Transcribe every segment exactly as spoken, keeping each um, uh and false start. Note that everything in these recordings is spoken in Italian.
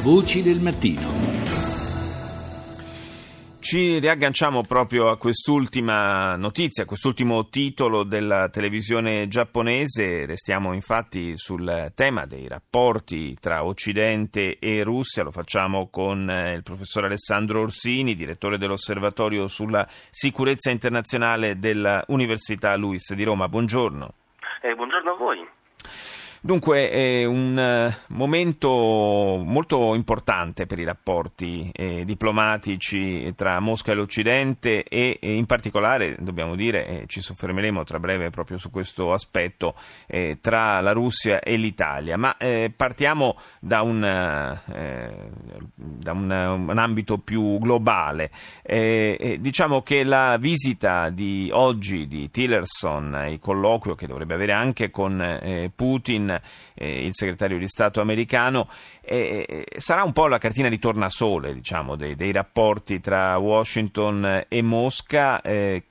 Voci del mattino. Ci riagganciamo proprio a quest'ultima notizia, a quest'ultimo titolo della televisione giapponese. Restiamo infatti sul tema dei rapporti tra Occidente e Russia. Lo facciamo con il professor Alessandro Orsini, direttore dell'Osservatorio sulla sicurezza internazionale dell'Università Luis di Roma. Buongiorno. Eh, buongiorno a voi. Dunque è un momento molto importante per i rapporti eh, diplomatici tra Mosca e l'Occidente e, e in particolare, dobbiamo dire, eh, ci soffermeremo tra breve proprio su questo aspetto, eh, tra la Russia e l'Italia. Ma eh, partiamo da, un, eh, da un, un ambito più globale. Eh, eh, diciamo che la visita di oggi di Tillerson, il colloquio che dovrebbe avere anche con eh, Putin, Eh, il segretario di Stato americano, eh, sarà un po' la cartina di tornasole, diciamo, dei, dei rapporti tra Washington e Mosca eh,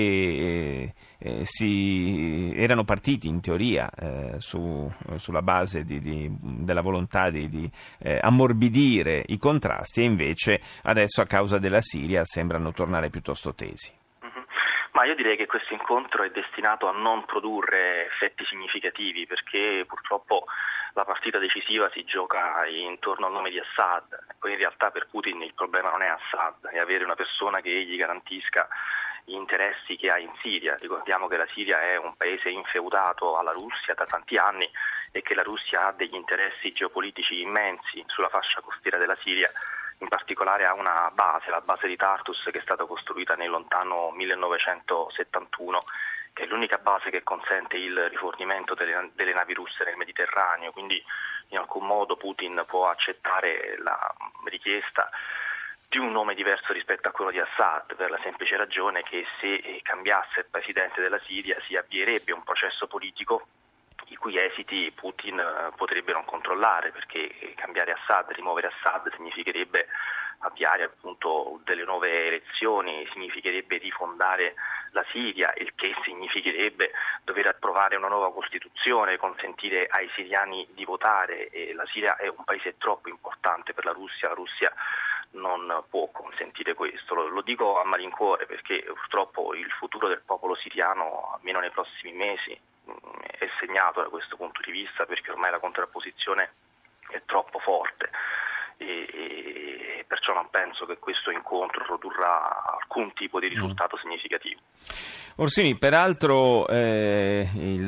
che eh, si erano partiti in teoria eh, su, sulla base di, di, della volontà di, di eh, ammorbidire i contrasti e invece adesso a causa della Siria sembrano tornare piuttosto tesi. Ma io direi che questo incontro è destinato a non produrre effetti significativi, perché purtroppo la partita decisiva si gioca intorno al nome di Assad. Poi in realtà per Putin il problema non è Assad, è avere una persona che gli garantisca gli interessi che ha in Siria. Ricordiamo che la Siria è un paese infeudato alla Russia da tanti anni e che la Russia ha degli interessi geopolitici immensi sulla fascia costiera della Siria. In particolare ha una base, la base di Tartus, che è stata costruita nel lontano millenovecentosettantuno, che è l'unica base che consente il rifornimento delle, delle navi russe nel Mediterraneo, quindi in alcun modo Putin può accettare la richiesta di un nome diverso rispetto a quello di Assad, per la semplice ragione che se cambiasse il presidente della Siria si avvierebbe un processo politico i cui esiti Putin potrebbe non controllare, perché cambiare Assad, rimuovere Assad significherebbe avviare appunto delle nuove elezioni, significherebbe rifondare la Siria, il che significherebbe dover approvare una nuova Costituzione, consentire ai siriani di votare, e la Siria è un paese troppo importante per la Russia, la Russia non può consentire questo. Lo, lo dico a malincuore perché purtroppo il futuro del popolo siriano, almeno nei prossimi mesi, è segnato da questo punto di vista, perché ormai la contrapposizione è troppo forte e, e perciò non penso che questo incontro produrrà alcun tipo di risultato mm. significativo. Orsini, peraltro eh, il,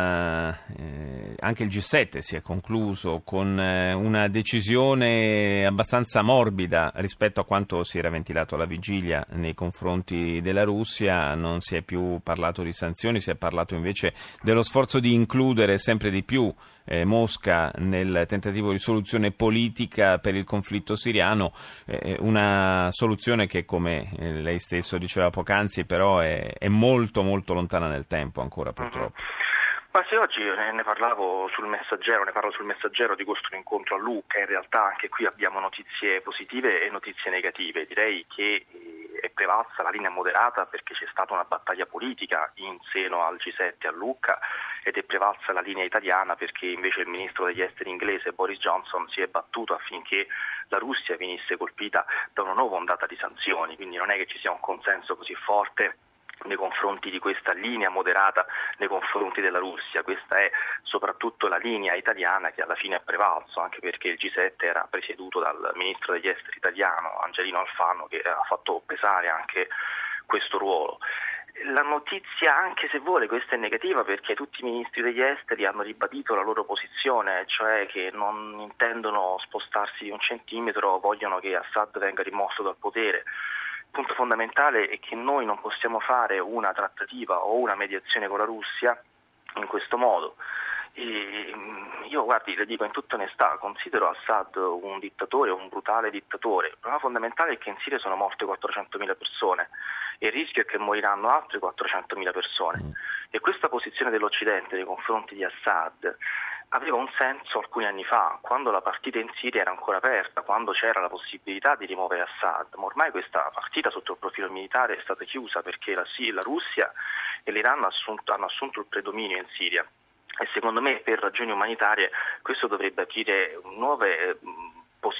eh, anche il G sette si è concluso con eh, una decisione abbastanza morbida rispetto a quanto si era ventilato alla vigilia nei confronti della Russia. Non si è più parlato di sanzioni, si è parlato invece dello sforzo di includere sempre di più eh, Mosca nel tentativo di soluzione politica per il conflitto siriano, eh, una soluzione che, come eh, lei stesso diceva poc'anzi, però è, è molto molto lontana nel tempo ancora, purtroppo. Mm-hmm. Ma se oggi ne parlavo sul Messaggero, ne parlo sul Messaggero di questo incontro a Lucca, in realtà anche qui abbiamo notizie positive e notizie negative. Direi che è prevalsa la linea moderata perché c'è stata una battaglia politica in seno al G sette a Lucca, ed è prevalsa la linea italiana perché invece il ministro degli esteri inglese Boris Johnson si è battuto affinché la Russia venisse colpita da una nuova ondata di sanzioni, quindi non è che ci sia un consenso così forte nei confronti di questa linea moderata nei confronti della Russia. Questa è soprattutto la linea italiana che alla fine è prevalso, anche perché il G sette era presieduto dal ministro degli esteri italiano Angelino Alfano, che ha fatto pesare anche questo ruolo. La notizia, anche se vuole, questa è negativa perché tutti i ministri degli esteri hanno ribadito la loro posizione, cioè che non intendono spostarsi di un centimetro, vogliono che Assad venga rimosso dal potere. Il punto fondamentale è che noi non possiamo fare una trattativa o una mediazione con la Russia in questo modo. E io, guardi, le dico in tutta onestà, considero Assad un dittatore, un brutale dittatore. Il problema fondamentale è che in Siria sono morte quattrocentomila persone e il rischio è che moriranno altre quattrocentomila persone. Mm. E questa posizione dell'Occidente nei confronti di Assad aveva un senso alcuni anni fa, quando la partita in Siria era ancora aperta, quando c'era la possibilità di rimuovere Assad, ma ormai questa partita sotto il profilo militare è stata chiusa perché la, la Russia e l'Iran hanno assunto, hanno assunto il predominio in Siria, e secondo me per ragioni umanitarie questo dovrebbe aprire nuove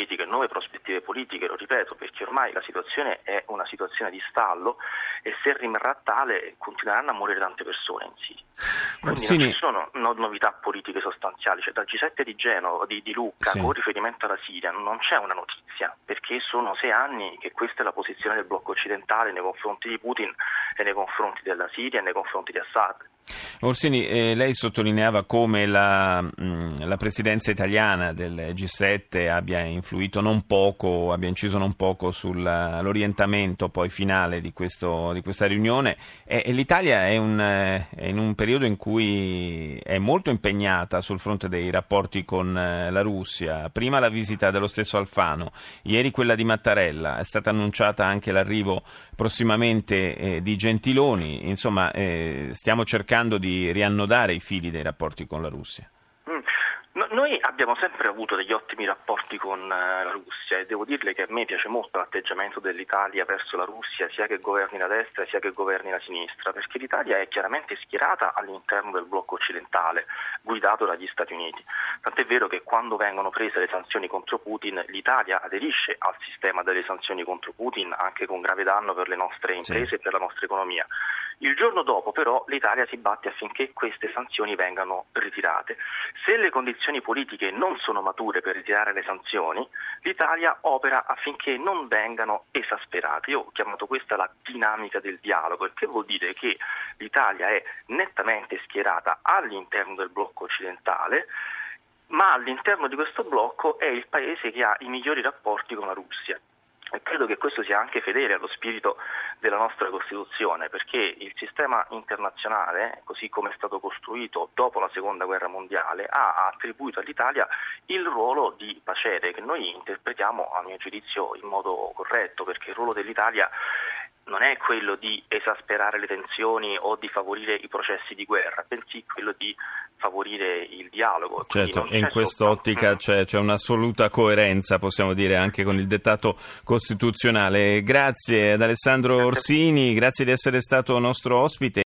politiche, nuove prospettive politiche, lo ripeto, perché ormai la situazione è una situazione di stallo e se rimarrà tale continueranno a morire tante persone in Siria. Quindi Orsini... non ci sono no, novità politiche sostanziali, cioè dal G sette di Genova, di, di Lucca, sì. Con riferimento alla Siria non c'è una notizia, perché sono sei anni che questa è la posizione del blocco occidentale nei confronti di Putin e nei confronti della Siria e nei confronti di Assad. Orsini, eh, lei sottolineava come la, mh, la presidenza italiana del G sette abbia influito non poco, abbia inciso non poco sull'orientamento poi finale di, questo, di questa riunione e, e l'Italia è, un, è in un periodo in cui è molto impegnata sul fronte dei rapporti con la Russia. Prima la visita dello stesso Alfano, ieri quella di Mattarella, è stata annunciata anche l'arrivo prossimamente eh, di Gentiloni, insomma eh, stiamo cercando di riannodare i fili dei rapporti con la Russia. Mm. No, noi abbiamo sempre avuto degli ottimi rapporti con uh, la Russia e devo dirle che a me piace molto l'atteggiamento dell'Italia verso la Russia, sia che governi la destra sia che governi la sinistra, perché l'Italia è chiaramente schierata all'interno del blocco occidentale, guidato dagli Stati Uniti. Tant'è vero che quando vengono prese le sanzioni contro Putin, l'Italia aderisce al sistema delle sanzioni contro Putin, anche con grave danno per le nostre imprese sì. E per la nostra economia. Il giorno dopo però l'Italia si batte affinché queste sanzioni vengano ritirate. Se le condizioni politiche non sono mature per ritirare le sanzioni, l'Italia opera affinché non vengano esasperate. Io ho chiamato questa la dinamica del dialogo, il che vuol dire che l'Italia è nettamente schierata all'interno del blocco occidentale, ma all'interno di questo blocco è il paese che ha i migliori rapporti con la Russia. E credo che questo sia anche fedele allo spirito della nostra Costituzione, perché il sistema internazionale, così come è stato costruito dopo la Seconda Guerra Mondiale, ha attribuito all'Italia il ruolo di paciere, che noi interpretiamo, a mio giudizio, in modo corretto, perché il ruolo dell'Italia non è quello di esasperare le tensioni o di favorire i processi di guerra, bensì quello di favorire il dialogo. Certo, e in quest'ottica c'è, c'è un'assoluta coerenza, possiamo dire, anche con il dettato costituzionale. Grazie ad Alessandro Orsini, grazie di essere stato nostro ospite.